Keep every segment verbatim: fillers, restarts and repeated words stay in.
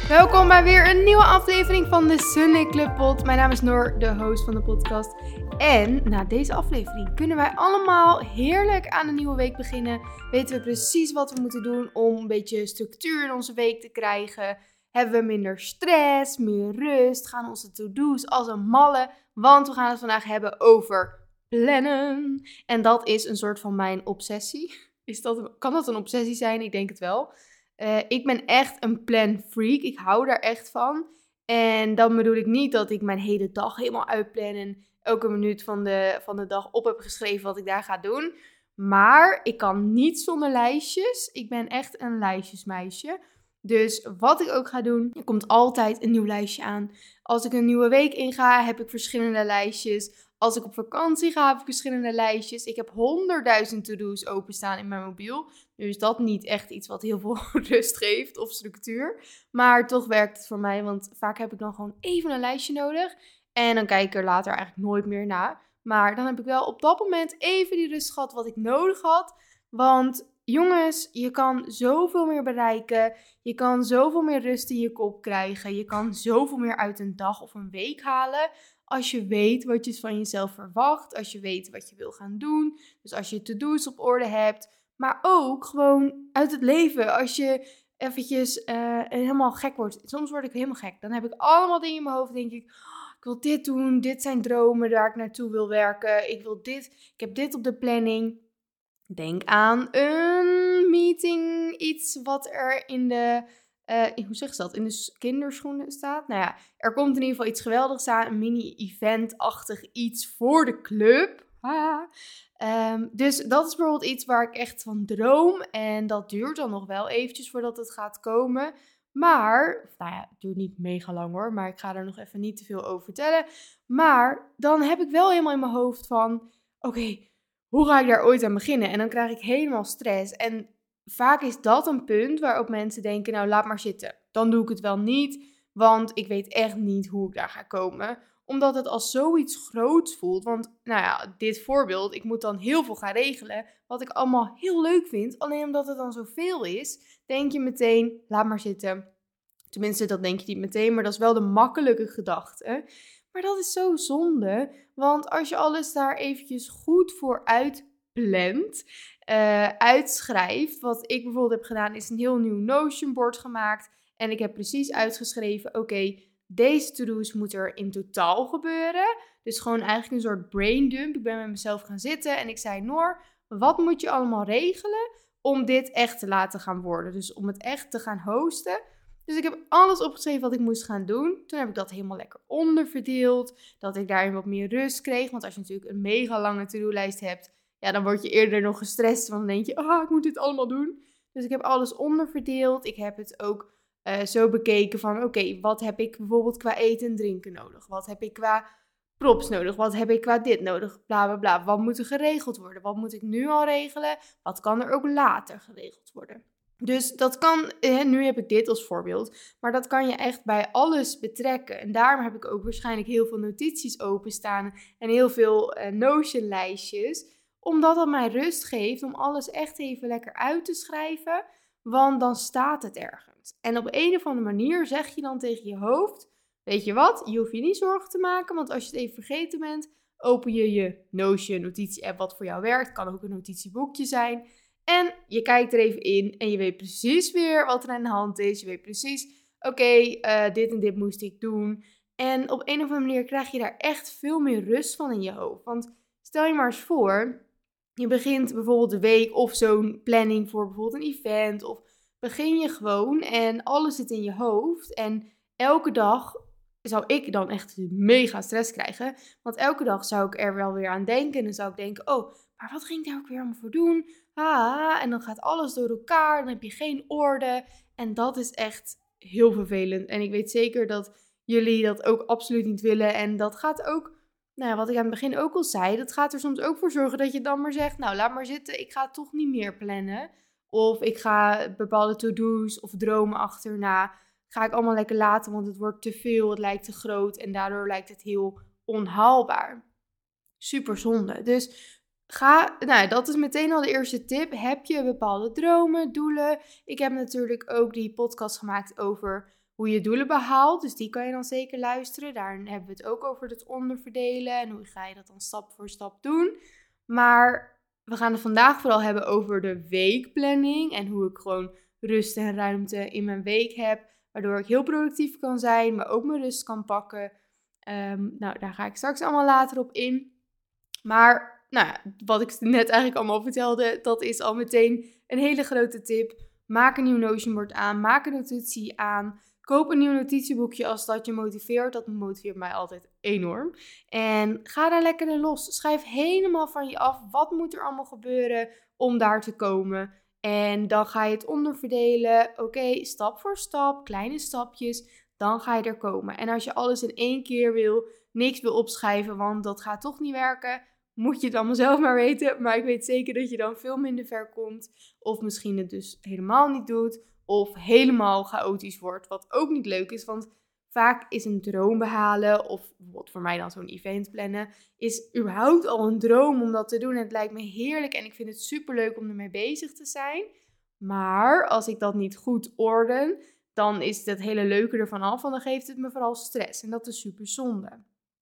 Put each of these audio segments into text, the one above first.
Welkom bij weer een nieuwe aflevering van de Sunday Club Pod. Mijn naam is Noor, de host van de podcast. En na deze aflevering kunnen wij allemaal heerlijk aan een nieuwe week beginnen. Weten we precies wat we moeten doen om een beetje structuur in onze week te krijgen. Hebben we minder stress, meer rust, gaan onze to-do's als een malle. Want we gaan het vandaag hebben over plannen. En dat is een soort van mijn obsessie. Is dat, kan dat een obsessie zijn? Ik denk het wel. Uh, ik ben echt een planfreak. Ik hou daar echt van. En dan bedoel ik niet dat ik mijn hele dag helemaal uitplan en elke minuut van de, van de dag op heb geschreven wat ik daar ga doen. Maar ik kan niet zonder lijstjes. Ik ben echt een lijstjesmeisje. Dus wat ik ook ga doen, er komt altijd een nieuw lijstje aan. Als ik een nieuwe week inga, heb ik verschillende lijstjes. Als ik op vakantie ga, heb ik verschillende lijstjes. Ik heb honderdduizend to-do's openstaan in mijn mobiel. Nu is dat niet echt iets wat heel veel rust geeft of structuur. Maar toch werkt het voor mij, want vaak heb ik dan gewoon even een lijstje nodig. En dan kijk ik er later eigenlijk nooit meer naar. Maar dan heb ik wel op dat moment even die rust gehad wat ik nodig had. Want jongens, je kan zoveel meer bereiken. Je kan zoveel meer rust in je kop krijgen. Je kan zoveel meer uit een dag of een week halen. Als je weet wat je van jezelf verwacht. Als je weet wat je wil gaan doen. Dus als je to-do's op orde hebt. Maar ook gewoon uit het leven. Als je eventjes uh, helemaal gek wordt. Soms word ik helemaal gek. Dan heb ik allemaal dingen in mijn hoofd. Denk ik, oh, ik wil dit doen. Dit zijn dromen waar ik naartoe wil werken. Ik wil dit. Ik heb dit op de planning. Denk aan een meeting. Iets wat er in de... Uh, hoe zeg je dat? In de kinderschoenen staat. Nou ja, er komt in ieder geval iets geweldigs aan. Een mini-event-achtig iets voor de club. Ah. Um, dus dat is bijvoorbeeld iets waar ik echt van droom. En dat duurt dan nog wel eventjes voordat het gaat komen. Maar, nou ja, het duurt niet mega lang hoor. Maar ik ga er nog even niet te veel over vertellen. Maar dan heb ik wel helemaal in mijn hoofd van... Oké, okay, hoe ga ik daar ooit aan beginnen? En dan krijg ik helemaal stress. En vaak is dat een punt waarop mensen denken, nou laat maar zitten. Dan doe ik het wel niet, want ik weet echt niet hoe ik daar ga komen. Omdat het als zoiets groots voelt. Want nou ja, dit voorbeeld, ik moet dan heel veel gaan regelen. Wat ik allemaal heel leuk vind. Alleen omdat het dan zoveel is, denk je meteen, laat maar zitten. Tenminste, dat denk je niet meteen, maar dat is wel de makkelijke gedachte. Maar dat is zo zonde, want als je alles daar eventjes goed voor uitplant, uh, uitschrijft. Wat ik bijvoorbeeld heb gedaan, is een heel nieuw Notion board gemaakt. En ik heb precies uitgeschreven, oké, okay, deze to-do's moeten er in totaal gebeuren. Dus gewoon eigenlijk een soort brain dump. Ik ben met mezelf gaan zitten en ik zei, Noor, wat moet je allemaal regelen om dit echt te laten gaan worden? Dus om het echt te gaan hosten. Dus ik heb alles opgeschreven wat ik moest gaan doen. Toen heb ik dat helemaal lekker onderverdeeld. Dat ik daarin wat meer rust kreeg. Want als je natuurlijk een mega lange to-do-lijst hebt, ja, dan word je eerder nog gestrest. Want dan denk je, ah, ik moet dit allemaal doen. Dus ik heb alles onderverdeeld. Ik heb het ook uh, zo bekeken van, oké, okay, wat heb ik bijvoorbeeld qua eten en drinken nodig? Wat heb ik qua props nodig? Wat heb ik qua dit nodig? Bla, bla, bla. Wat moet er geregeld worden? Wat moet ik nu al regelen? Wat kan er ook later geregeld worden? Dus dat kan, nu heb ik dit als voorbeeld, maar dat kan je echt bij alles betrekken. En daarom heb ik ook waarschijnlijk heel veel notities openstaan en heel veel uh, Notion-lijstjes. Omdat dat mij rust geeft om alles echt even lekker uit te schrijven, want dan staat het ergens. En op een of andere manier zeg je dan tegen je hoofd, weet je wat, je hoeft je niet zorgen te maken, want als je het even vergeten bent, open je je Notion notitie-app wat voor jou werkt. Kan ook een notitieboekje zijn. En je kijkt er even in en je weet precies weer wat er aan de hand is. Je weet precies, oké, okay, uh, dit en dit moest ik doen. En op een of andere manier krijg je daar echt veel meer rust van in je hoofd. Want stel je maar eens voor, je begint bijvoorbeeld de week of zo'n planning voor bijvoorbeeld een event. Of begin je gewoon en alles zit in je hoofd. En elke dag zou ik dan echt mega stress krijgen. Want elke dag zou ik er wel weer aan denken. En dan zou ik denken, oh, maar wat ging ik daar ook weer allemaal voor doen? Ah, en dan gaat alles door elkaar. Dan heb je geen orde. En dat is echt heel vervelend. En ik weet zeker dat jullie dat ook absoluut niet willen. En dat gaat ook, nou ja, wat ik aan het begin ook al zei. Dat gaat er soms ook voor zorgen dat je dan maar zegt, nou, laat maar zitten. Ik ga toch niet meer plannen. Of ik ga bepaalde to-do's of dromen achterna. Ga ik allemaal lekker laten, want het wordt te veel. Het lijkt te groot. En daardoor lijkt het heel onhaalbaar. Super zonde. Dus ga, nou, dat is meteen al de eerste tip. Heb je bepaalde dromen, doelen? Ik heb natuurlijk ook die podcast gemaakt over hoe je doelen behaalt. Dus die kan je dan zeker luisteren. Daarin hebben we het ook over het onderverdelen en hoe ga je dat dan stap voor stap doen. Maar we gaan het vandaag vooral hebben over de weekplanning en hoe ik gewoon rust en ruimte in mijn week heb, waardoor ik heel productief kan zijn, maar ook mijn rust kan pakken. Um, nou, daar ga ik straks allemaal later op in. Maar nou ja, wat ik net eigenlijk allemaal vertelde, dat is al meteen een hele grote tip. Maak een nieuw Notion-bord aan, maak een notitie aan. Koop een nieuw notitieboekje als dat je motiveert. Dat motiveert mij altijd enorm. En ga daar lekker in los. Schrijf helemaal van je af, wat moet er allemaal gebeuren om daar te komen. En dan ga je het onderverdelen. Oké, okay, stap voor stap, kleine stapjes. Dan ga je er komen. En als je alles in één keer wil, niks wil opschrijven, want dat gaat toch niet werken, moet je het allemaal zelf maar weten. Maar ik weet zeker dat je dan veel minder ver komt. Of misschien het dus helemaal niet doet. Of helemaal chaotisch wordt, wat ook niet leuk is. Want vaak is een droom behalen, of wat voor mij dan zo'n event plannen, is überhaupt al een droom om dat te doen. En het lijkt me heerlijk en ik vind het superleuk om ermee bezig te zijn. Maar als ik dat niet goed orden, dan is het hele leuke ervan af, want dan geeft het me vooral stress. En dat is super zonde.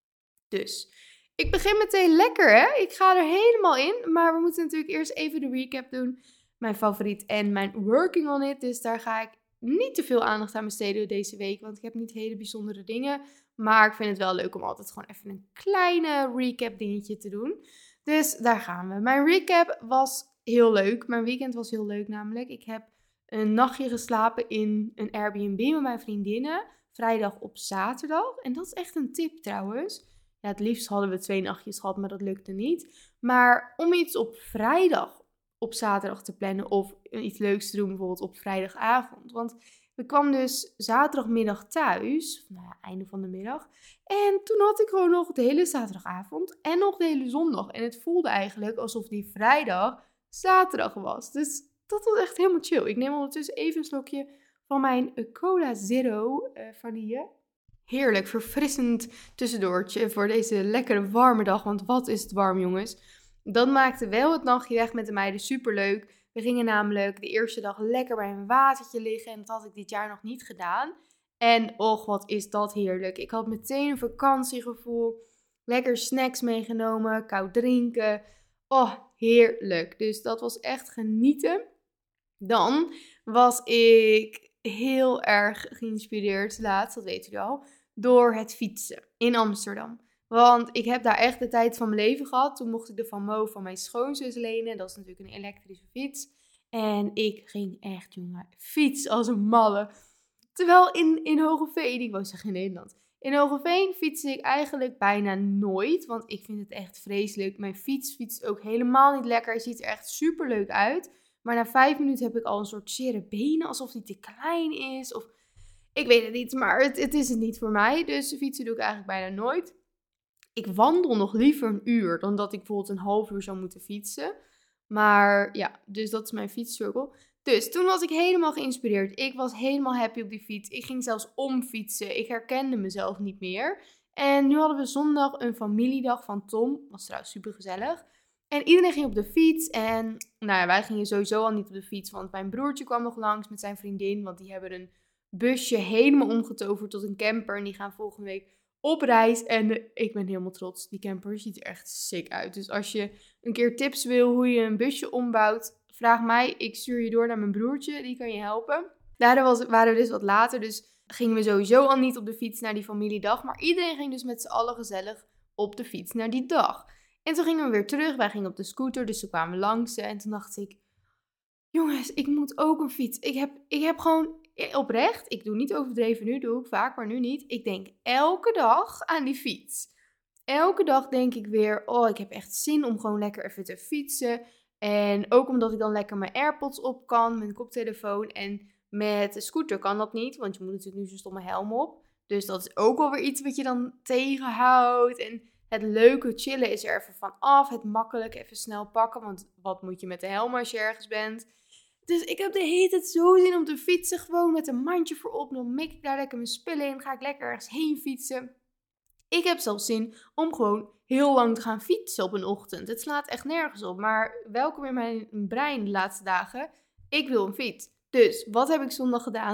Dus ik begin meteen lekker, hè? Ik ga er helemaal in, maar we moeten natuurlijk eerst even de recap doen. Mijn favoriet en mijn working on it. Dus daar ga ik niet te veel aandacht aan besteden deze week, want ik heb niet hele bijzondere dingen. Maar ik vind het wel leuk om altijd gewoon even een kleine recap dingetje te doen. Dus daar gaan we. Mijn recap was heel leuk. Mijn weekend was heel leuk namelijk. Ik heb een nachtje geslapen in een Airbnb met mijn vriendinnen. Vrijdag op zaterdag. En dat is echt een tip trouwens. Ja, het liefst hadden we twee nachtjes gehad, maar dat lukte niet. Maar om iets op vrijdag op zaterdag te plannen of iets leuks te doen bijvoorbeeld op vrijdagavond. Want we kwamen dus zaterdagmiddag thuis, nou ja, einde van de middag. En toen had ik gewoon nog de hele zaterdagavond en nog de hele zondag. En het voelde eigenlijk alsof die vrijdag zaterdag was. Dus dat was echt helemaal chill. Ik neem ondertussen even een slokje van mijn Cola Zero uh, vanille. Heerlijk, verfrissend tussendoortje voor deze lekkere warme dag. Want wat is het warm, jongens. Dat maakte wel het nachtje weg met de meiden superleuk. We gingen namelijk de eerste dag lekker bij een watertje liggen. En dat had ik dit jaar nog niet gedaan. En och, wat is dat heerlijk. Ik had meteen een vakantiegevoel. Lekker snacks meegenomen, koud drinken. Oh, heerlijk. Dus dat was echt genieten. Dan was ik heel erg geïnspireerd laatst, dat weten jullie al, door het fietsen in Amsterdam. Want ik heb daar echt de tijd van mijn leven gehad. Toen mocht ik de Van Mo van mijn schoonzus lenen. Dat is natuurlijk een elektrische fiets. En ik ging echt, jongen, fiets als een malle. Terwijl in, in Hogeveen, ik wou zeggen in Nederland. In Hogeveen fiets ik eigenlijk bijna nooit. Want ik vind het echt vreselijk. Mijn fiets fietst ook helemaal niet lekker. Hij ziet er echt super leuk uit. Maar na vijf minuten heb ik al een soort zere benen. Alsof die te klein is. Of ik weet het niet, maar het, het is het niet voor mij. Dus fietsen doe ik eigenlijk bijna nooit. Ik wandel nog liever een uur dan dat ik bijvoorbeeld een half uur zou moeten fietsen. Maar ja, dus dat is mijn fietsstruggle. Dus toen was ik helemaal geïnspireerd. Ik was helemaal happy op die fiets. Ik ging zelfs omfietsen. Ik herkende mezelf niet meer. En nu hadden we zondag een familiedag van Tom. Was trouwens super gezellig. En iedereen ging op de fiets. En nou ja, wij gingen sowieso al niet op de fiets. Want mijn broertje kwam nog langs met zijn vriendin. Want die hebben een busje helemaal omgetoverd tot een camper. En die gaan volgende week op reis. En de, ik ben helemaal trots. Die camper ziet er echt sick uit. Dus als je een keer tips wil hoe je een busje ombouwt, vraag mij. Ik stuur je door naar mijn broertje. Die kan je helpen. Daardoor was, waren we dus wat later. Dus gingen we sowieso al niet op de fiets naar die familiedag. Maar iedereen ging dus met z'n allen gezellig op de fiets naar die dag. En toen gingen we weer terug. Wij gingen op de scooter. Dus toen kwamen we langs. En toen dacht ik, jongens, ik moet ook een fiets. Ik heb, ik heb gewoon oprecht, ik doe niet overdreven nu, doe ik vaak, maar nu niet. Ik denk elke dag aan die fiets. Elke dag denk ik weer, oh, ik heb echt zin om gewoon lekker even te fietsen. En ook omdat ik dan lekker mijn AirPods op kan, mijn koptelefoon. En met de scooter kan dat niet, want je moet natuurlijk nu zo'n stomme helm op. Dus dat is ook alweer iets wat je dan tegenhoudt. En het leuke chillen is er even van af. Het makkelijk even snel pakken, want wat moet je met de helm als je ergens bent? Dus ik heb de hele tijd zo zin om te fietsen. Gewoon met een mandje voorop. Dan mik ik daar lekker mijn spullen in. Ga ik lekker ergens heen fietsen. Ik heb zelfs zin om gewoon heel lang te gaan fietsen op een ochtend. Het slaat echt nergens op. Maar welkom in mijn brein de laatste dagen. Ik wil een fiets. Dus wat heb ik zondag gedaan?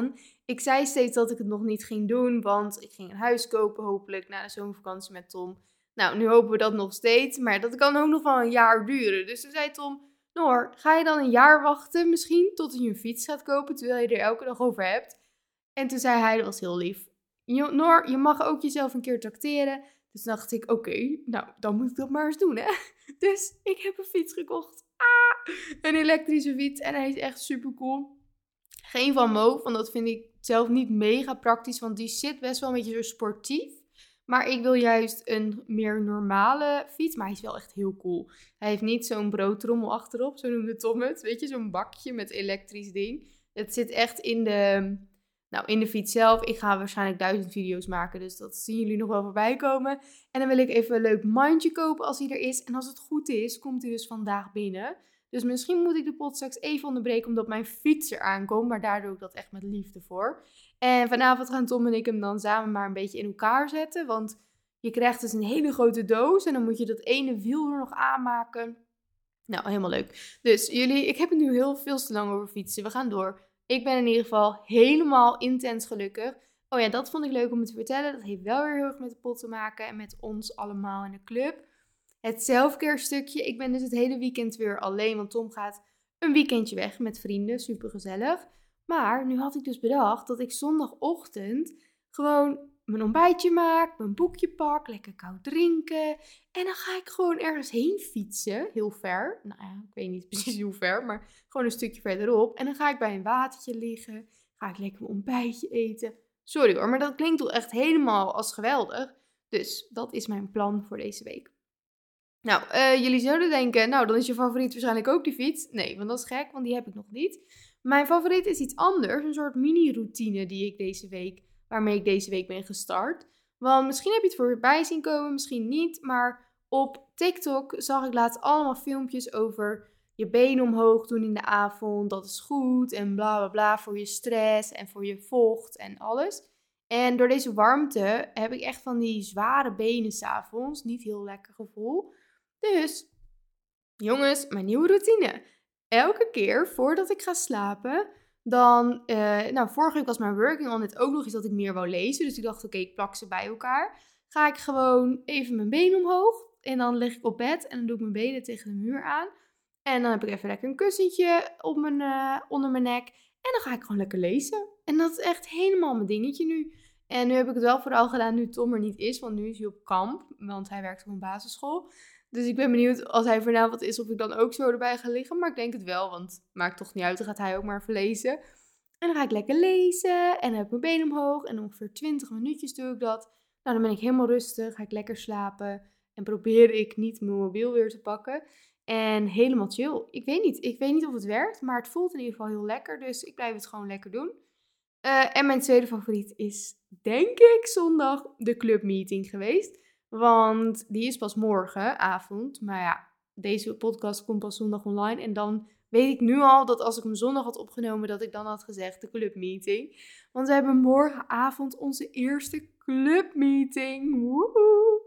Ik zei steeds dat ik het nog niet ging doen, want ik ging een huis kopen hopelijk na de zomervakantie met Tom. Nou, nu hopen we dat nog steeds, maar dat kan ook nog wel een jaar duren. Dus toen zei Tom, Noor, ga je dan een jaar wachten misschien tot je een fiets gaat kopen, terwijl je er elke dag over hebt? En toen zei hij, dat was heel lief, Noor, je mag ook jezelf een keer tracteren. Dus dacht ik, oké, okay, nou, dan moet ik dat maar eens doen, hè. Dus ik heb een fiets gekocht. Ah, een elektrische fiets en hij is echt super cool. Geen van Mo, want dat vind ik zelf niet mega praktisch, want die zit best wel een beetje zo sportief. Maar ik wil juist een meer normale fiets, maar hij is wel echt heel cool. Hij heeft niet zo'n broodtrommel achterop, zo noemde Tom het. Weet je, zo'n bakje met elektrisch ding. Het zit echt in de, nou, in de fiets zelf. Ik ga waarschijnlijk duizend video's maken, dus dat zien jullie nog wel voorbij komen. En dan wil ik even een leuk mandje kopen als hij er is. En als het goed is, komt hij dus vandaag binnen. Dus misschien moet ik de pot straks even onderbreken omdat mijn fiets er aankomt. Maar daar doe ik dat echt met liefde voor. En vanavond gaan Tom en ik hem dan samen maar een beetje in elkaar zetten. Want je krijgt dus een hele grote doos. En dan moet je dat ene wiel er nog aanmaken. Nou, helemaal leuk. Dus jullie, ik heb het nu heel veel te lang over fietsen. We gaan door. Ik ben in ieder geval helemaal intens gelukkig. Oh ja, dat vond ik leuk om te vertellen. Dat heeft wel weer heel erg met de pot te maken. En met ons allemaal in de club. Het selfcare stukje. Ik ben dus het hele weekend weer alleen, want Tom gaat een weekendje weg met vrienden. Super gezellig. Maar nu had ik dus bedacht dat ik zondagochtend gewoon mijn ontbijtje maak, mijn boekje pak, lekker koud drinken. En dan ga ik gewoon ergens heen fietsen, heel ver. Nou ja, ik weet niet precies hoe ver, maar gewoon een stukje verderop. En dan ga ik bij een watertje liggen, ga ik lekker mijn ontbijtje eten. Sorry hoor, maar dat klinkt toch echt helemaal als geweldig. Dus dat is mijn plan voor deze week. Nou, uh, jullie zouden denken, nou dan is je favoriet waarschijnlijk ook die fiets. Nee, want dat is gek, want die heb ik nog niet. Mijn favoriet is iets anders, een soort mini-routine die ik deze week, waarmee ik deze week ben gestart. Want misschien heb je het voorbij zien komen, misschien niet. Maar op TikTok zag ik laatst allemaal filmpjes over je benen omhoog doen in de avond. Dat is goed en bla bla bla voor je stress en voor je vocht en alles. En door deze warmte heb ik echt van die zware benen 's avonds. Niet heel lekker gevoel. Dus, jongens, mijn nieuwe routine. Elke keer voordat ik ga slapen, dan, uh, nou vorige week was mijn working on it ook nog eens dat ik meer wou lezen. Dus ik dacht, oké, okay, ik plak ze bij elkaar. Ga ik gewoon even mijn benen omhoog en dan lig ik op bed en dan doe ik mijn benen tegen de muur aan. En dan heb ik even lekker een kussentje op mijn, uh, onder mijn nek en dan ga ik gewoon lekker lezen. En dat is echt helemaal mijn dingetje nu. En nu heb ik het wel vooral gedaan nu Tom er niet is, want nu is hij op kamp, want hij werkt op een basisschool. Dus ik ben benieuwd als hij vanavond is of ik dan ook zo erbij ga liggen. Maar ik denk het wel, want het maakt toch niet uit. Dan gaat hij ook maar even lezen. En dan ga ik lekker lezen. En dan heb ik mijn benen omhoog. En ongeveer twintig minuutjes doe ik dat. Nou, dan ben ik helemaal rustig. Ga ik lekker slapen. En probeer ik niet mijn mobiel weer te pakken. En helemaal chill. Ik weet niet. Ik weet niet of het werkt. Maar het voelt in ieder geval heel lekker. Dus ik blijf het gewoon lekker doen. Uh, en mijn tweede favoriet is, denk ik, zondag de clubmeeting geweest. Want die is pas morgenavond. Maar ja, deze podcast komt pas zondag online. En dan weet ik nu al dat als ik hem zondag had opgenomen, dat ik dan had gezegd de clubmeeting. Want we hebben morgenavond onze eerste clubmeeting. Woehoe.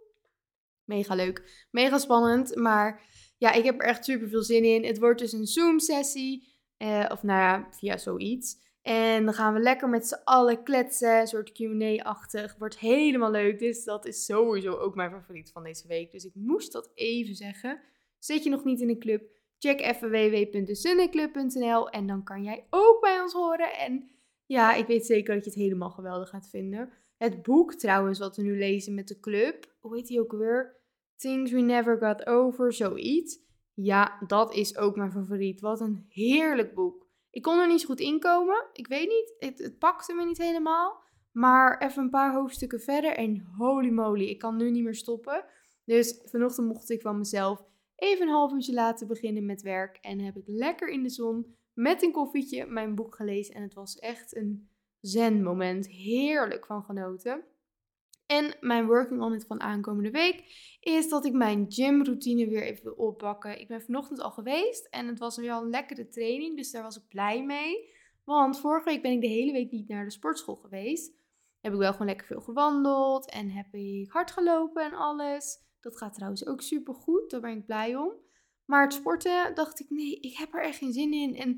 Mega leuk. Mega spannend. Maar ja, ik heb er echt super veel zin in. Het wordt dus een Zoom-sessie. Uh, of nou ja, via zoiets. En dan gaan we lekker met z'n allen kletsen, een soort Q en A-achtig. Wordt helemaal leuk, dus dat is sowieso ook mijn favoriet van deze week. Dus ik moest dat even zeggen. Zit je nog niet in een club? Check even w w w punt de sunday club punt n l en dan kan jij ook bij ons horen. En ja, ik weet zeker dat je het helemaal geweldig gaat vinden. Het boek trouwens, wat we nu lezen met de club, hoe heet die ook weer? Things We Never Got Over, zoiets. Ja, dat is ook mijn favoriet. Wat een heerlijk boek. Ik kon er niet zo goed in komen. Ik weet niet. Het, het pakte me niet helemaal. Maar even een paar hoofdstukken verder. En holy moly. Ik kan nu niet meer stoppen. Dus vanochtend mocht ik van mezelf even een half uurtje laten beginnen met werk. En heb ik lekker in de zon met een koffietje mijn boek gelezen. En het was echt een zen moment. Heerlijk van genoten. En mijn working on it van aankomende week is dat ik mijn gymroutine weer even wil oppakken. Ik ben vanochtend al geweest en het was weer al een lekkere training, dus daar was ik blij mee. Want vorige week ben ik de hele week niet naar de sportschool geweest. Heb ik wel gewoon lekker veel gewandeld en heb ik hard gelopen en alles. Dat gaat trouwens ook super goed, daar ben ik blij om. Maar het sporten dacht ik, nee, ik heb er echt geen zin in. En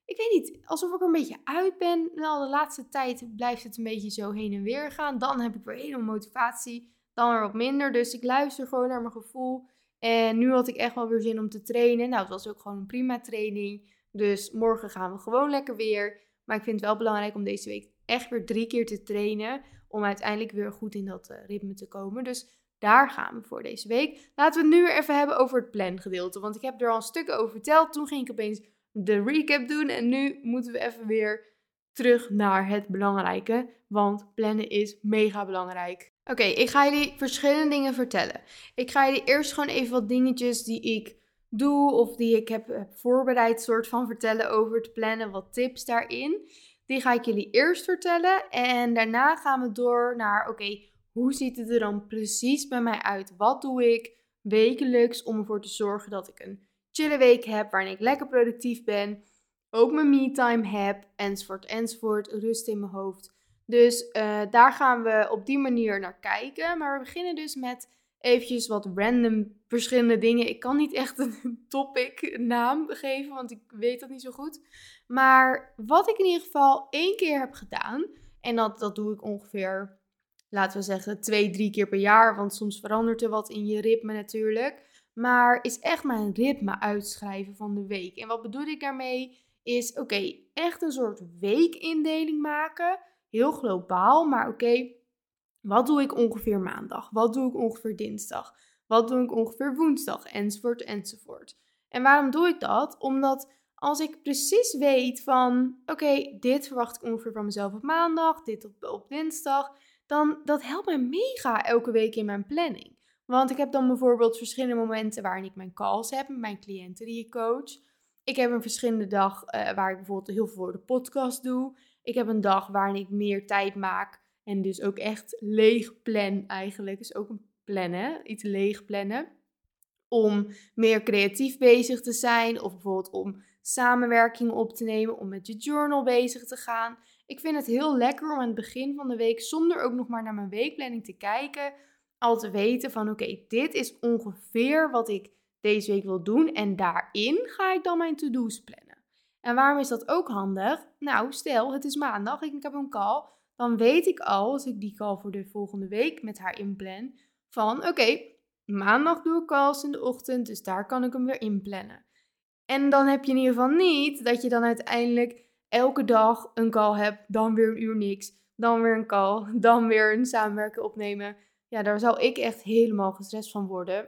ik weet niet, alsof ik er een beetje uit ben. Nou, de laatste tijd blijft het een beetje zo heen en weer gaan. Dan heb ik weer helemaal motivatie, dan weer wat minder. Dus ik luister gewoon naar mijn gevoel. En nu had ik echt wel weer zin om te trainen. Nou, het was ook gewoon een prima training. Dus morgen gaan we gewoon lekker weer. Maar ik vind het wel belangrijk om deze week echt weer drie keer te trainen. Om uiteindelijk weer goed in dat uh, ritme te komen. Dus daar gaan we voor deze week. Laten we het nu weer even hebben over het plangedeelte. Want ik heb er al een stuk over verteld. Toen ging ik opeens de recap doen. En nu moeten we even weer terug naar het belangrijke. Want plannen is mega belangrijk. Oké, okay, ik ga jullie verschillende dingen vertellen. Ik ga jullie eerst gewoon even wat dingetjes die ik doe. Of die ik heb, heb voorbereid soort van vertellen over het plannen. Wat tips daarin. Die ga ik jullie eerst vertellen. En daarna gaan we door naar oké. Okay, hoe ziet het er dan precies bij mij uit? Wat doe ik wekelijks om ervoor te zorgen dat ik een chille week heb, waarin ik lekker productief ben, ook mijn me-time heb, enzovoort, enzovoort, rust in mijn hoofd. Dus uh, daar gaan we op die manier naar kijken. Maar we beginnen dus met eventjes wat random verschillende dingen. Ik kan niet echt een topic naam geven, want ik weet dat niet zo goed. Maar wat ik in ieder geval één keer heb gedaan, en dat, dat doe ik ongeveer, laten we zeggen, twee, drie keer per jaar. Want soms verandert er wat in je ritme natuurlijk. Maar is echt mijn ritme uitschrijven van de week. En wat bedoel ik daarmee? Is oké, okay, echt een soort weekindeling maken. Heel globaal, maar oké, okay, wat doe ik ongeveer maandag? Wat doe ik ongeveer dinsdag? Wat doe ik ongeveer woensdag? Enzovoort, enzovoort. En waarom doe ik dat? Omdat als ik precies weet van, oké, okay, dit verwacht ik ongeveer van mezelf op maandag, dit op, op dinsdag, dan dat helpt mij mega elke week in mijn planning. Want ik heb dan bijvoorbeeld verschillende momenten waarin ik mijn calls heb met mijn cliënten die ik coach. Ik heb een verschillende dag uh, waar ik bijvoorbeeld heel veel voor de podcast doe. Ik heb een dag waarin ik meer tijd maak en dus ook echt leeg plan eigenlijk. Dus ook een plannen, iets leeg plannen. Om meer creatief bezig te zijn of bijvoorbeeld om samenwerking op te nemen, om met je journal bezig te gaan. Ik vind het heel lekker om aan het begin van de week, zonder ook nog maar naar mijn weekplanning te kijken, al te weten van oké, okay, dit is ongeveer wat ik deze week wil doen en daarin ga ik dan mijn to-do's plannen. En waarom is dat ook handig? Nou, stel het is maandag, ik heb een call, dan weet ik al, als ik die call voor de volgende week met haar inplan, van oké, okay, maandag doe ik calls in de ochtend, dus daar kan ik hem weer inplannen. En dan heb je in ieder geval niet dat je dan uiteindelijk elke dag een call hebt, dan weer een uur niks, dan weer een call, dan weer een samenwerken opnemen. Ja, daar zou ik echt helemaal gestrest van worden.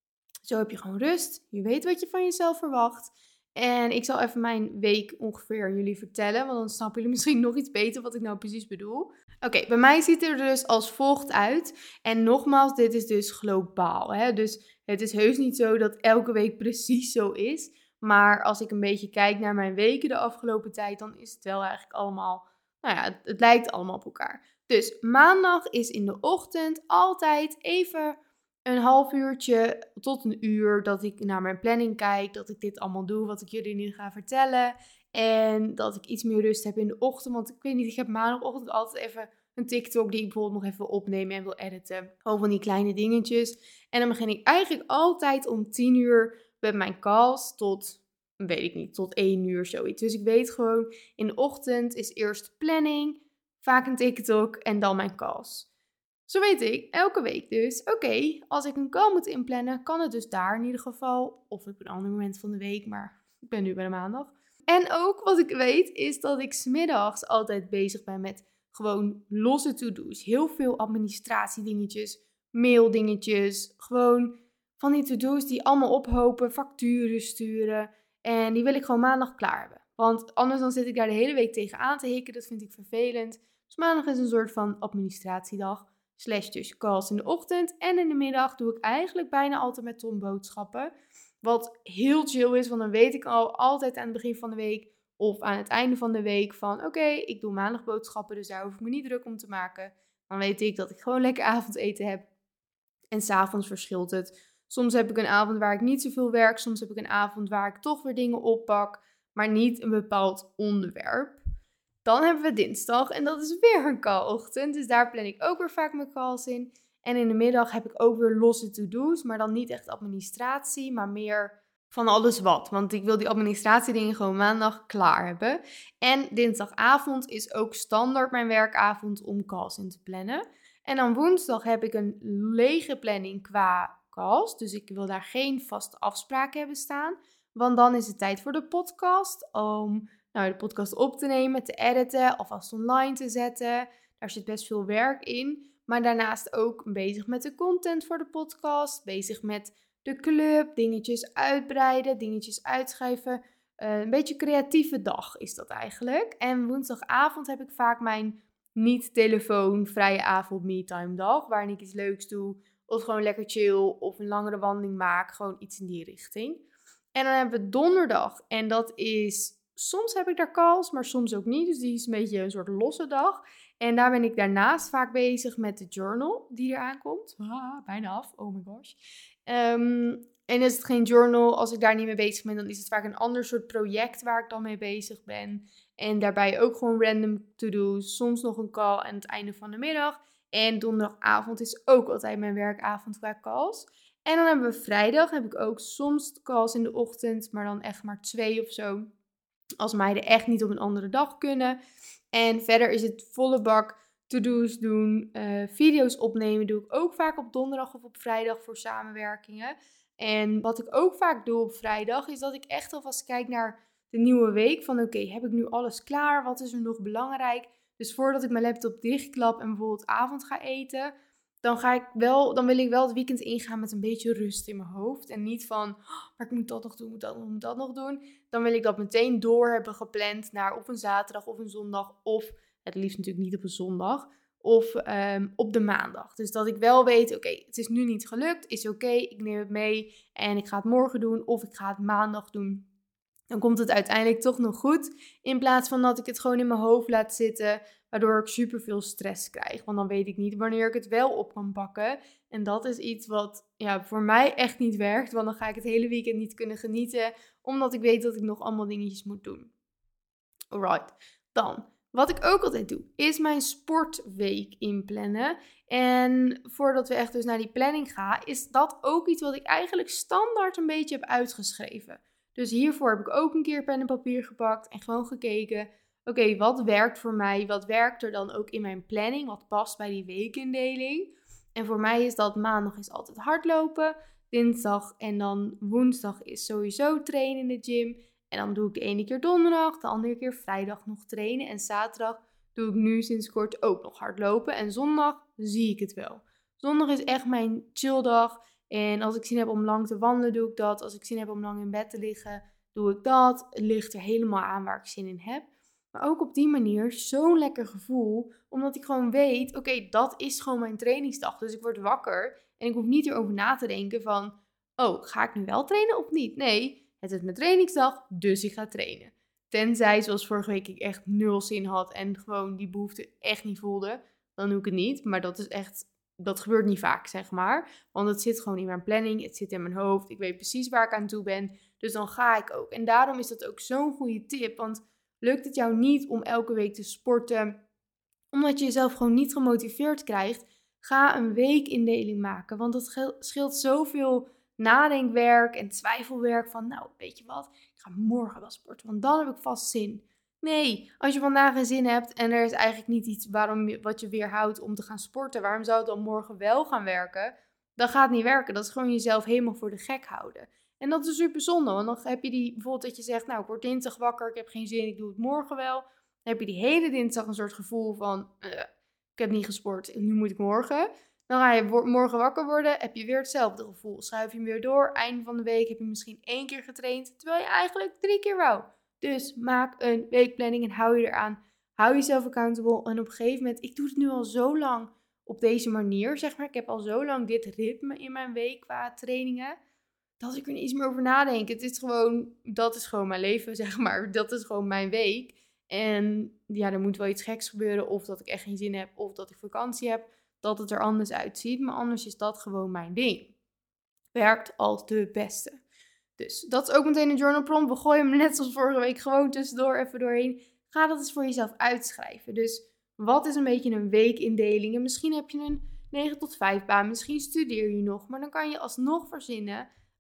Zo heb je gewoon rust, je weet wat je van jezelf verwacht. En ik zal even mijn week ongeveer aan jullie vertellen, want dan snappen jullie misschien nog iets beter wat ik nou precies bedoel. Oké, okay, bij mij ziet het er dus als volgt uit. En nogmaals, dit is dus globaal. Hè? Dus het is heus niet zo dat elke week precies zo is. Maar als ik een beetje kijk naar mijn weken de afgelopen tijd, dan is het wel eigenlijk allemaal, nou ja, het, het lijkt allemaal op elkaar. Dus maandag is in de ochtend altijd even een half uurtje tot een uur dat ik naar mijn planning kijk, dat ik dit allemaal doe wat ik jullie nu ga vertellen. En dat ik iets meer rust heb in de ochtend, want ik weet niet, ik heb maandagochtend altijd even een TikTok die ik bijvoorbeeld nog even wil opnemen en wil editen. Gewoon van die kleine dingetjes. En dan begin ik eigenlijk altijd om tien uur met mijn calls tot, weet ik niet, tot één uur zoiets. Dus ik weet gewoon, in de ochtend is eerst planning, vaak een TikTok en dan mijn calls. Zo weet ik, elke week dus, oké, okay, als ik een call moet inplannen, kan het dus daar in ieder geval. Of op een ander moment van de week, maar ik ben nu bij de maandag. En ook wat ik weet is dat ik 's middags altijd bezig ben met gewoon losse to-do's. Heel veel administratiedingetjes, maildingetjes, gewoon van die to-do's die allemaal ophopen, facturen sturen. En die wil ik gewoon maandag klaar hebben. Want anders dan zit ik daar de hele week tegenaan te hikken, dat vind ik vervelend. Dus maandag is een soort van administratiedag. Slash dus calls in de ochtend. En in de middag doe ik eigenlijk bijna altijd met Tom boodschappen. Wat heel chill is, want dan weet ik al altijd aan het begin van de week of aan het einde van de week van oké, okay, ik doe maandag boodschappen, dus daar hoef ik me niet druk om te maken. Dan weet ik dat ik gewoon lekker avondeten heb. En 's avonds verschilt het. Soms heb ik een avond waar ik niet zoveel werk. Soms heb ik een avond waar ik toch weer dingen oppak, maar niet een bepaald onderwerp. Dan hebben we dinsdag en dat is weer een call-ochtend. Dus daar plan ik ook weer vaak mijn calls in. En in de middag heb ik ook weer losse to-do's, maar dan niet echt administratie, maar meer van alles wat. Want ik wil die administratiedingen gewoon maandag klaar hebben. En dinsdagavond is ook standaard mijn werkavond om calls in te plannen. En dan woensdag heb ik een lege planning qua calls. Dus ik wil daar geen vaste afspraken hebben staan. Want dan is het tijd voor de podcast. Om nou, de podcast op te nemen, te editen, alvast online te zetten. Daar zit best veel werk in. Maar daarnaast ook bezig met de content voor de podcast. Bezig met de club, dingetjes uitbreiden, dingetjes uitschrijven. Uh, een beetje creatieve dag is dat eigenlijk. En woensdagavond heb ik vaak mijn niet-telefoon vrije avond me-time dag. Waarin ik iets leuks doe. Of gewoon lekker chill. Of een langere wandeling maak. Gewoon iets in die richting. En dan hebben we donderdag. En dat is... Soms heb ik daar calls, maar soms ook niet. Dus die is een beetje een soort losse dag. En daar ben ik daarnaast vaak bezig met de journal die eraan komt. Ah, bijna af. Oh my gosh. Um, en is het geen journal, als ik daar niet mee bezig ben, dan is het vaak een ander soort project waar ik dan mee bezig ben. En daarbij ook gewoon random to-do's. Soms nog een call aan het einde van de middag. En donderdagavond is ook altijd mijn werkavond qua calls. En dan hebben we vrijdag, heb ik ook soms calls in de ochtend, maar dan echt maar twee of zo. Als meiden echt niet op een andere dag kunnen. En verder is het volle bak to-do's doen, uh, video's opnemen doe ik ook vaak op donderdag of op vrijdag voor samenwerkingen. En wat ik ook vaak doe op vrijdag is dat ik echt alvast kijk naar de nieuwe week. Van oké, okay, heb ik nu alles klaar? Wat is er nog belangrijk? Dus voordat ik mijn laptop dichtklap en bijvoorbeeld avond ga eten, dan, ga ik wel, dan wil ik wel het weekend ingaan met een beetje rust in mijn hoofd. En niet van, oh, maar ik moet dat nog doen, moet dat, moet dat nog doen. Dan wil ik dat meteen door hebben gepland naar of een zaterdag of een zondag. Of het liefst natuurlijk niet op een zondag. Of um, op de maandag. Dus dat ik wel weet, oké, okay, het is nu niet gelukt. Is oké, okay, ik neem het mee en ik ga het morgen doen. Of ik ga het maandag doen. Dan komt het uiteindelijk toch nog goed. In plaats van dat ik het gewoon in mijn hoofd laat zitten. Waardoor ik superveel stress krijg. Want dan weet ik niet wanneer ik het wel op kan pakken. En dat is iets wat ja, voor mij echt niet werkt. Want dan ga ik het hele weekend niet kunnen genieten. Omdat ik weet dat ik nog allemaal dingetjes moet doen. Alright, dan. Wat ik ook altijd doe, is mijn sportweek inplannen. En voordat we echt dus naar die planning gaan, is dat ook iets wat ik eigenlijk standaard een beetje heb uitgeschreven. Dus hiervoor heb ik ook een keer pen en papier gepakt en gewoon gekeken. Oké, okay, wat werkt voor mij? Wat werkt er dan ook in mijn planning? Wat past bij die weekindeling? En voor mij is dat maandag is altijd hardlopen. Dinsdag en dan woensdag is sowieso trainen in de gym. En dan doe ik de ene keer donderdag, de andere keer vrijdag nog trainen. En zaterdag doe ik nu sinds kort ook nog hardlopen. En zondag zie ik het wel. Zondag is echt mijn chilldag. En als ik zin heb om lang te wandelen, doe ik dat. Als ik zin heb om lang in bed te liggen, doe ik dat. Het ligt er helemaal aan waar ik zin in heb. Maar ook op die manier zo'n lekker gevoel. Omdat ik gewoon weet, oké, okay, dat is gewoon mijn trainingsdag. Dus ik word wakker en ik hoef niet erover na te denken van, oh, ga ik nu wel trainen of niet? Nee. Het is mijn trainingsdag, dus ik ga trainen. Tenzij, zoals vorige week, ik echt nul zin had en gewoon die behoefte echt niet voelde. Dan doe ik het niet. Maar dat is echt, dat gebeurt niet vaak, zeg maar. Want het zit gewoon in mijn planning, het zit in mijn hoofd. Ik weet precies waar ik aan toe ben. Dus dan ga ik ook. En daarom is dat ook zo'n goede tip. Want lukt het jou niet om elke week te sporten, omdat je jezelf gewoon niet gemotiveerd krijgt, ga een weekindeling maken. Want dat scheelt zoveel nadenkwerk en twijfelwerk van, nou, weet je wat, ik ga morgen wel sporten, want dan heb ik vast zin. Nee, als je vandaag een zin hebt en er is eigenlijk niet iets waarom, wat je weerhoudt om te gaan sporten, waarom zou het dan morgen wel gaan werken? Dan gaat het niet werken. Dat is gewoon jezelf helemaal voor de gek houden. En dat is super zonde, want dan heb je die, bijvoorbeeld dat je zegt, nou, ik word dinsdag wakker, ik heb geen zin, ik doe het morgen wel. Dan heb je die hele dinsdag een soort gevoel van, uh, ik heb niet gesport, nu moet ik morgen. Dan ga je morgen wakker worden, heb je weer hetzelfde gevoel. Schuif je hem weer door, einde van de week heb je misschien één keer getraind, terwijl je eigenlijk drie keer wou. Dus maak een weekplanning en hou je eraan. Hou jezelf accountable. En op een gegeven moment, ik doe het nu al zo lang op deze manier, zeg maar. Ik heb al zo lang dit ritme in mijn week qua trainingen, dat ik er niet eens meer over nadenk. Het is gewoon, dat is gewoon mijn leven, zeg maar. Dat is gewoon mijn week. En ja, er moet wel iets geks gebeuren, of dat ik echt geen zin heb, of dat ik vakantie heb, dat het er anders uitziet. Maar anders is dat gewoon mijn ding. Werkt als de beste. Dus dat is ook meteen een journal prompt. We gooien hem net zoals vorige week gewoon tussendoor even doorheen. Ga dat eens voor jezelf uitschrijven. Dus wat is een beetje een weekindeling? En misschien heb je een negen tot vijf baan. Misschien studeer je nog. Maar dan kan je alsnog verzinnen. Oké,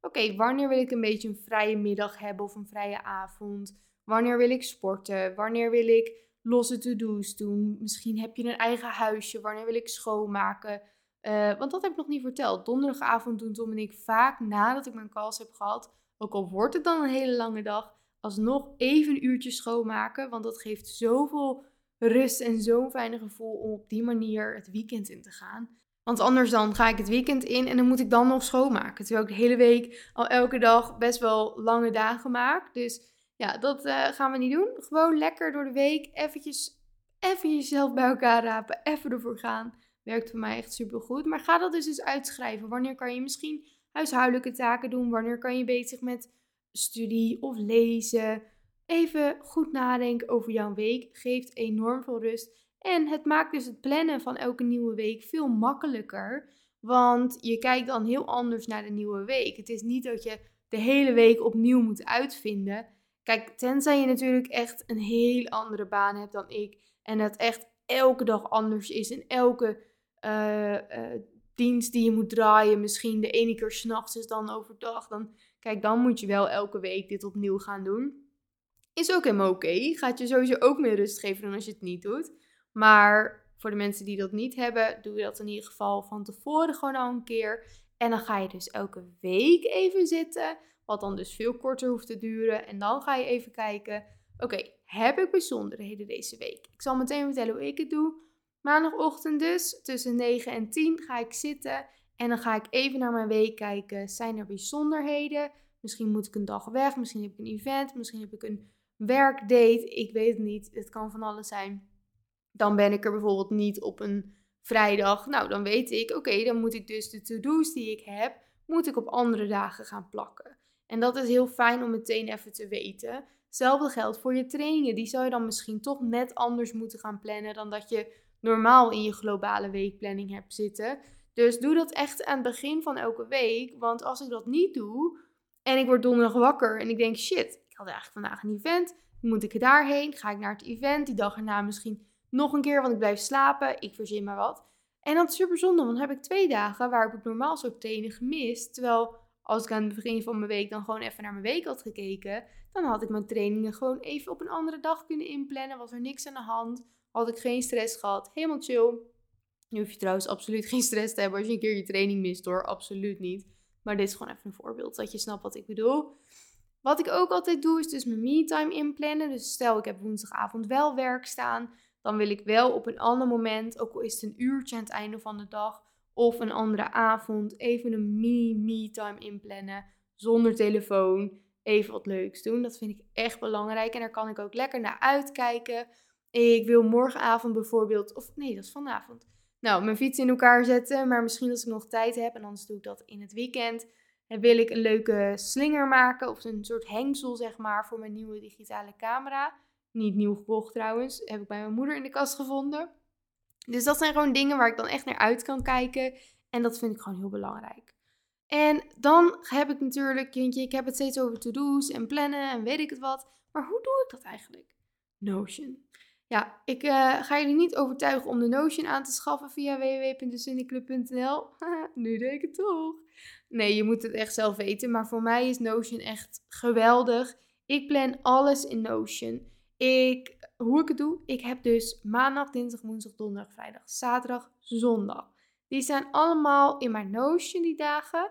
Oké, okay, wanneer wil ik een beetje een vrije middag hebben of een vrije avond? Wanneer wil ik sporten? Wanneer wil ik losse to-do's doen? Misschien heb je een eigen huisje. Wanneer wil ik schoonmaken? Uh, want dat heb ik nog niet verteld. Donderdagavond doen Tom en ik vaak nadat ik mijn calls heb gehad. Ook al wordt het dan een hele lange dag. Alsnog even een uurtje schoonmaken. Want dat geeft zoveel rust en zo'n fijne gevoel om op die manier het weekend in te gaan. Want anders dan ga ik het weekend in en dan moet ik dan nog schoonmaken. Terwijl ik de hele week al elke dag best wel lange dagen maak. Dus ja, dat uh, gaan we niet doen. Gewoon lekker door de week eventjes, even jezelf bij elkaar rapen. Even ervoor gaan. Werkt voor mij echt supergoed. Maar ga dat dus eens uitschrijven. Wanneer kan je misschien huishoudelijke taken doen? Wanneer kan je bezig met studie of lezen? Even goed nadenken over jouw week. Geeft enorm veel rust. En het maakt dus het plannen van elke nieuwe week veel makkelijker. Want je kijkt dan heel anders naar de nieuwe week. Het is niet dat je de hele week opnieuw moet uitvinden. Kijk, tenzij je natuurlijk echt een heel andere baan hebt dan ik. En dat echt elke dag anders is. En elke uh, uh, dienst die je moet draaien, misschien de ene keer 's nachts is dan overdag. Dan, kijk, dan moet je wel elke week dit opnieuw gaan doen. Is ook helemaal oké. Okay. Gaat je sowieso ook meer rust geven dan als je het niet doet. Maar voor de mensen die dat niet hebben, doe je dat in ieder geval van tevoren gewoon al een keer. En dan ga je dus elke week even zitten, wat dan dus veel korter hoeft te duren. En dan ga je even kijken, oké, okay, heb ik bijzonderheden deze week? Ik zal meteen vertellen hoe ik het doe. Maandagochtend dus, tussen negen en tien ga ik zitten en dan ga ik even naar mijn week kijken. Zijn er bijzonderheden? Misschien moet ik een dag weg, misschien heb ik een event, misschien heb ik een werkdate. Ik weet het niet, het kan van alles zijn. Dan ben ik er bijvoorbeeld niet op een vrijdag. Nou, dan weet ik, oké, okay, dan moet ik dus de to-do's die ik heb, moet ik op andere dagen gaan plakken. En dat is heel fijn om meteen even te weten. Hetzelfde geldt voor je trainingen. Die zou je dan misschien toch net anders moeten gaan plannen dan dat je normaal in je globale weekplanning hebt zitten. Dus doe dat echt aan het begin van elke week. Want als ik dat niet doe en ik word donderdag wakker en ik denk, shit, ik had eigenlijk vandaag een event. Moet ik daarheen? Ga ik naar het event? Die dag erna misschien nog een keer, want ik blijf slapen. Ik verzin maar wat. En dat is super zonde, want dan heb ik twee dagen waar ik normaal zou trainen gemist. Terwijl als ik aan het begin van mijn week dan gewoon even naar mijn week had gekeken, dan had ik mijn trainingen gewoon even op een andere dag kunnen inplannen. Was er niks aan de hand. Had ik geen stress gehad. Helemaal chill. Nu hoef je trouwens absoluut geen stress te hebben als je een keer je training mist hoor. Absoluut niet. Maar dit is gewoon even een voorbeeld, dat je snapt wat ik bedoel. Wat ik ook altijd doe is dus mijn me-time inplannen. Dus stel ik heb woensdagavond wel werk staan, dan wil ik wel op een ander moment, ook al is het een uurtje aan het einde van de dag of een andere avond, even een mini-me-time inplannen. Zonder telefoon, even wat leuks doen. Dat vind ik echt belangrijk en daar kan ik ook lekker naar uitkijken. Ik wil morgenavond bijvoorbeeld, of nee, dat is vanavond. Nou, mijn fiets in elkaar zetten, maar misschien als ik nog tijd heb en anders doe ik dat in het weekend. En wil ik een leuke slinger maken of een soort hengsel zeg maar voor mijn nieuwe digitale camera. Niet nieuw gekocht trouwens, heb ik bij mijn moeder in de kast gevonden. Dus dat zijn gewoon dingen waar ik dan echt naar uit kan kijken en dat vind ik gewoon heel belangrijk. En dan heb ik natuurlijk, kindje, ik heb het steeds over to-do's en plannen en weet ik het wat. Maar hoe doe ik dat eigenlijk? Notion. Ja, ik uh, ga jullie niet overtuigen om de Notion aan te schaffen via w w w punt de sunneclub punt n l. Nu denk ik het toch. Nee, je moet het echt zelf weten. Maar voor mij is Notion echt geweldig. Ik plan alles in Notion. Ik, hoe ik het doe? Ik heb dus maandag, dinsdag, woensdag, donderdag, vrijdag, zaterdag, zondag. Die staan allemaal in mijn Notion die dagen.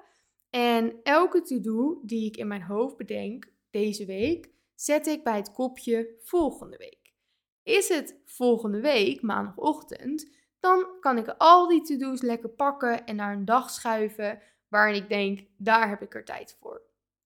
En elke to-do die ik in mijn hoofd bedenk deze week, zet ik bij het kopje volgende week. Is het volgende week, maandagochtend, dan kan ik al die to-do's lekker pakken en naar een dag schuiven waarin ik denk, daar heb ik er tijd voor.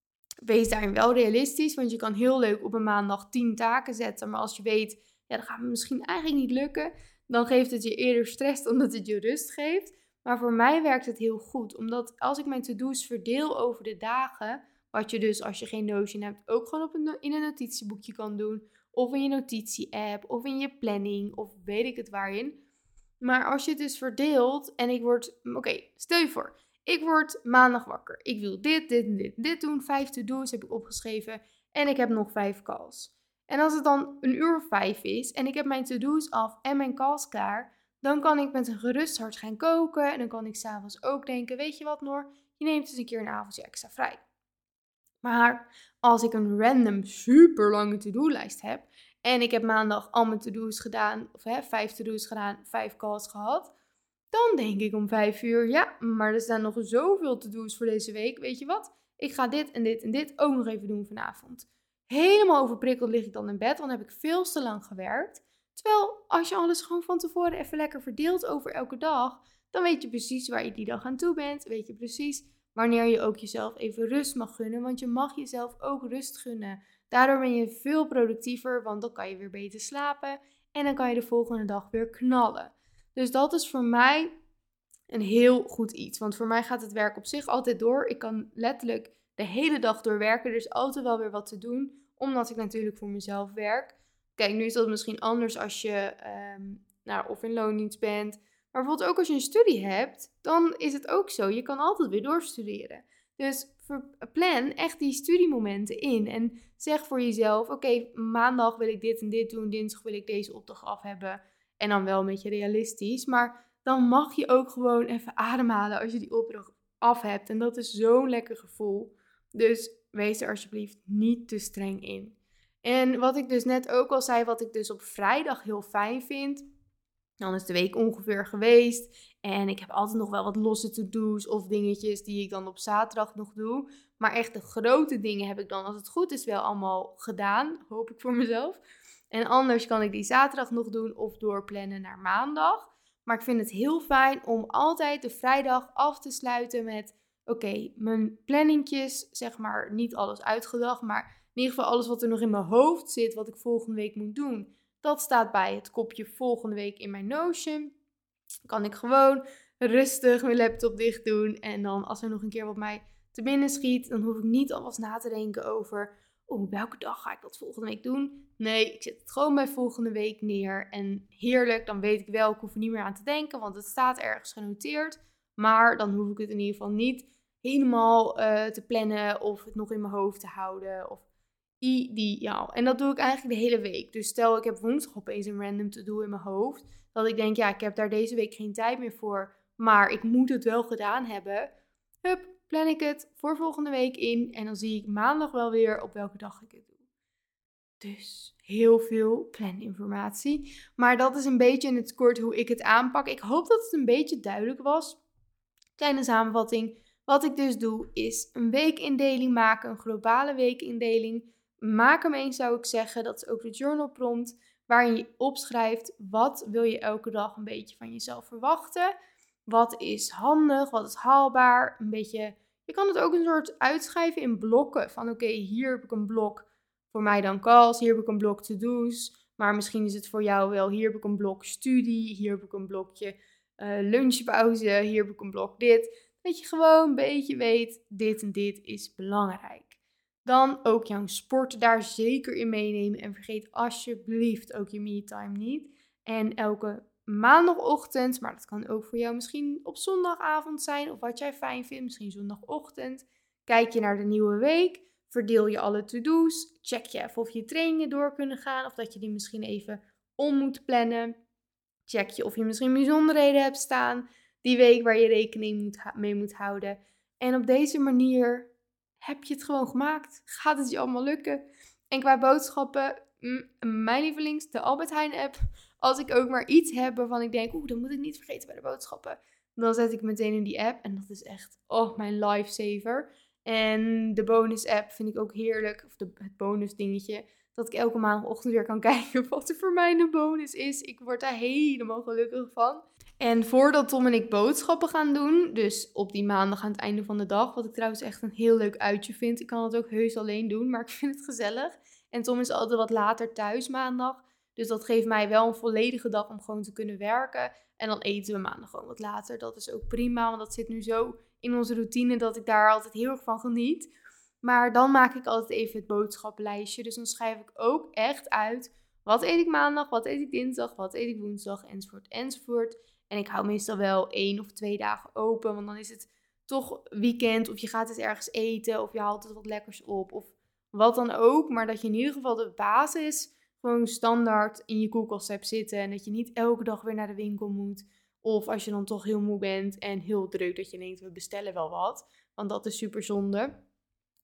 Wees daarin wel realistisch, want je kan heel leuk op een maandag tien taken zetten, maar als je weet, ja, dat gaat me misschien eigenlijk niet lukken, dan geeft het je eerder stress dan dat het je rust geeft. Maar voor mij werkt het heel goed, omdat als ik mijn to-do's verdeel over de dagen, wat je dus als je geen Notion hebt ook gewoon op een, in een notitieboekje kan doen, of in je notitie-app, of in je planning, of weet ik het waarin. Maar als je het dus verdeelt en ik word, oké, okay, stel je voor, ik word maandag wakker. Ik wil dit, dit en dit, dit doen. Vijf to-do's heb ik opgeschreven en ik heb nog vijf calls. En als het dan een uur of vijf is en ik heb mijn to-do's af en mijn calls klaar, dan kan ik met een gerust hart gaan koken en dan kan ik s'avonds ook denken, weet je wat Noor, je neemt dus een keer een avondje extra vrij. Maar als ik een random super lange to-do-lijst heb en ik heb maandag al mijn to-do's gedaan, of hè, vijf to-do's gedaan, vijf calls gehad, dan denk ik om vijf uur, ja, maar er staan nog zoveel to-do's voor deze week. Weet je wat? Ik ga dit en dit en dit ook nog even doen vanavond. Helemaal overprikkeld lig ik dan in bed, want dan heb ik veel te lang gewerkt. Terwijl als je alles gewoon van tevoren even lekker verdeelt over elke dag, dan weet je precies waar je die dag aan toe bent. Weet je precies wanneer je ook jezelf even rust mag gunnen, want je mag jezelf ook rust gunnen. Daardoor ben je veel productiever, want dan kan je weer beter slapen en dan kan je de volgende dag weer knallen. Dus dat is voor mij een heel goed iets. Want voor mij gaat het werk op zich altijd door. Ik kan letterlijk de hele dag door werken. Er is altijd wel weer wat te doen. Omdat ik natuurlijk voor mezelf werk. Kijk, nu is dat misschien anders als je um, nou, of in loondienst bent. Maar bijvoorbeeld ook als je een studie hebt, dan is het ook zo. Je kan altijd weer doorstuderen. Dus plan echt die studiemomenten in. En zeg voor jezelf, oké, okay, maandag wil ik dit en dit doen. Dinsdag wil ik deze opdracht af hebben. En dan wel een beetje realistisch. Maar dan mag je ook gewoon even ademhalen als je die opdracht af hebt. En dat is zo'n lekker gevoel. Dus wees er alsjeblieft niet te streng in. En wat ik dus net ook al zei, wat ik dus op vrijdag heel fijn vind. Dan is de week ongeveer geweest. En ik heb altijd nog wel wat losse to-do's of dingetjes die ik dan op zaterdag nog doe. Maar echt de grote dingen heb ik dan, als het goed is, wel allemaal gedaan. Hoop ik voor mezelf. En anders kan ik die zaterdag nog doen of doorplannen naar maandag. Maar ik vind het heel fijn om altijd de vrijdag af te sluiten met... Oké, okay, mijn planningjes, zeg maar, niet alles uitgedacht. Maar in ieder geval alles wat er nog in mijn hoofd zit, wat ik volgende week moet doen. Dat staat bij het kopje volgende week in mijn Notion. Kan ik gewoon rustig mijn laptop dicht doen. En dan als er nog een keer wat mij te binnen schiet, dan hoef ik niet alvast na te denken over... Oh, welke dag ga ik dat volgende week doen? Nee, ik zet het gewoon bij volgende week neer. En heerlijk, dan weet ik wel, ik hoef er niet meer aan te denken, want het staat ergens genoteerd. Maar dan hoef ik het in ieder geval niet helemaal uh, te plannen of het nog in mijn hoofd te houden. Of ideaal. En dat doe ik eigenlijk de hele week. Dus stel, ik heb woensdag opeens een random to-do in mijn hoofd. Dat ik denk, ja, ik heb daar deze week geen tijd meer voor. Maar ik moet het wel gedaan hebben. Hup, plan ik het voor volgende week in. En dan zie ik maandag wel weer op welke dag ik het doe. Dus heel veel planinformatie. Maar dat is een beetje in het kort hoe ik het aanpak. Ik hoop dat het een beetje duidelijk was. Kleine samenvatting. Wat ik dus doe is een weekindeling maken. Een globale weekindeling. Maak hem eens, zou ik zeggen. Dat is ook de journal prompt. Waarin je opschrijft wat wil je elke dag een beetje van jezelf verwachten. Wat is handig, wat is haalbaar. Een beetje, je kan het ook een soort uitschrijven in blokken. Van oké, okay, hier heb ik een blok voor mij dan calls. Hier heb ik een blok to-do's. Maar misschien is het voor jou wel, hier heb ik een blok studie. Hier heb ik een blokje uh, lunchpauze. Hier heb ik een blok dit. Dat je gewoon een beetje weet, dit en dit is belangrijk. Dan ook jouw sport daar zeker in meenemen. En vergeet alsjeblieft ook je me-time niet. En elke maandagochtend, maar dat kan ook voor jou misschien op zondagavond zijn. Of wat jij fijn vindt, misschien zondagochtend. Kijk je naar de nieuwe week. Verdeel je alle to-do's. Check je even of je trainingen door kunnen gaan. Of dat je die misschien even om moet plannen. Check je of je misschien bijzonderheden hebt staan die week waar je rekening moet ha- mee moet houden. En op deze manier heb je het gewoon gemaakt. Gaat het je allemaal lukken? En qua boodschappen, mm, mijn lievelings, de Albert Heijn app. Als ik ook maar iets heb waarvan ik denk, oeh, dat moet ik niet vergeten bij de boodschappen. Dan zet ik meteen in die app. En dat is echt, oh, mijn lifesaver. En de bonus app vind ik ook heerlijk. Of de, het bonus dingetje. Dat ik elke maandagochtend weer kan kijken wat er voor mij de bonus is. Ik word daar helemaal gelukkig van. En voordat Tom en ik boodschappen gaan doen, dus op die maandag aan het einde van de dag, wat ik trouwens echt een heel leuk uitje vind. Ik kan het ook heus alleen doen, maar ik vind het gezellig. En Tom is altijd wat later thuis maandag. Dus dat geeft mij wel een volledige dag om gewoon te kunnen werken. En dan eten we maandag gewoon wat later. Dat is ook prima, want dat zit nu zo in onze routine dat ik daar altijd heel erg van geniet. Maar dan maak ik altijd even het boodschappenlijstje. Dus dan schrijf ik ook echt uit, wat eet ik maandag, wat eet ik dinsdag, wat eet ik woensdag, enzovoort, enzovoort. En ik hou meestal wel één of twee dagen open, want dan is het toch weekend. Of je gaat het ergens eten, of je haalt het wat lekkers op, of wat dan ook. Maar dat je in ieder geval de basis gewoon standaard in je koelkast hebt zitten. En dat je niet elke dag weer naar de winkel moet. Of als je dan toch heel moe bent en heel druk, dat je denkt, we bestellen wel wat. Want dat is super zonde.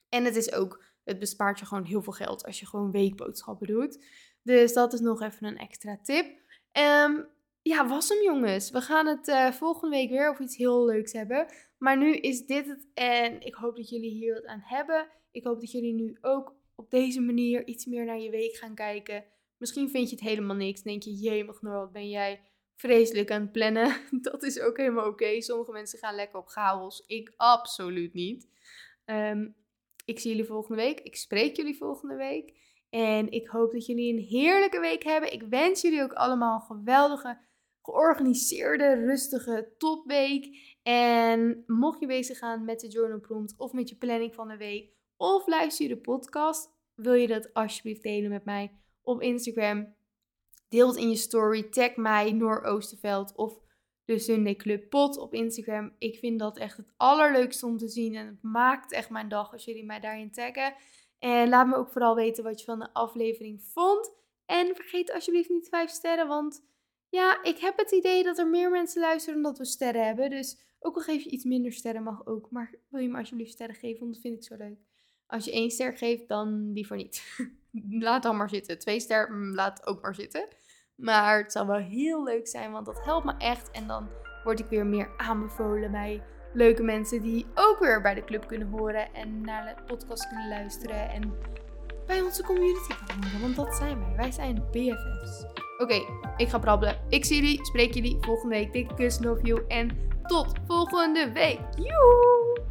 En het is ook, het bespaart je gewoon heel veel geld als je gewoon weekboodschappen doet. Dus dat is nog even een extra tip. Um, ja, was hem jongens. We gaan het uh, volgende week weer over iets heel leuks hebben. Maar nu is dit het en ik hoop dat jullie hier wat aan hebben. Ik hoop dat jullie nu ook op deze manier iets meer naar je week gaan kijken. Misschien vind je het helemaal niks. Denk je, jemig Noor, wat ben jij vreselijk aan het plannen. Dat is ook helemaal oké. Okay. Sommige mensen gaan lekker op chaos. Ik absoluut niet. Um, ik zie jullie volgende week. Ik spreek jullie volgende week. En ik hoop dat jullie een heerlijke week hebben. Ik wens jullie ook allemaal een geweldige, georganiseerde, rustige topweek. En mocht je bezig gaan met de journal prompt of met je planning van de week, of luister je de podcast, wil je dat alsjeblieft delen met mij op Instagram. Deel het in je story. Tag mij, Noor Oosterveld of de Sunday Club Pod op Instagram. Ik vind dat echt het allerleukste om te zien. En het maakt echt mijn dag als jullie mij daarin taggen. En laat me ook vooral weten wat je van de aflevering vond. En vergeet alsjeblieft niet vijf sterren. Want ja, ik heb het idee dat er meer mensen luisteren dan dat we sterren hebben. Dus ook al geef je iets minder sterren mag ook. Maar wil je me alsjeblieft sterren geven, want dat vind ik zo leuk. Als je één ster geeft, dan liever niet. Laat dan maar zitten. Twee ster, laat ook maar zitten. Maar het zal wel heel leuk zijn, want dat helpt me echt. En dan word ik weer meer aanbevolen bij leuke mensen die ook weer bij de club kunnen horen. En naar de podcast kunnen luisteren. En bij onze community gaan horen. Want dat zijn wij. Wij zijn B F F's. Oké, okay, ik ga brabbelen. Ik zie jullie, spreek jullie volgende week. Dikke kus, love you. En tot volgende week. Joe!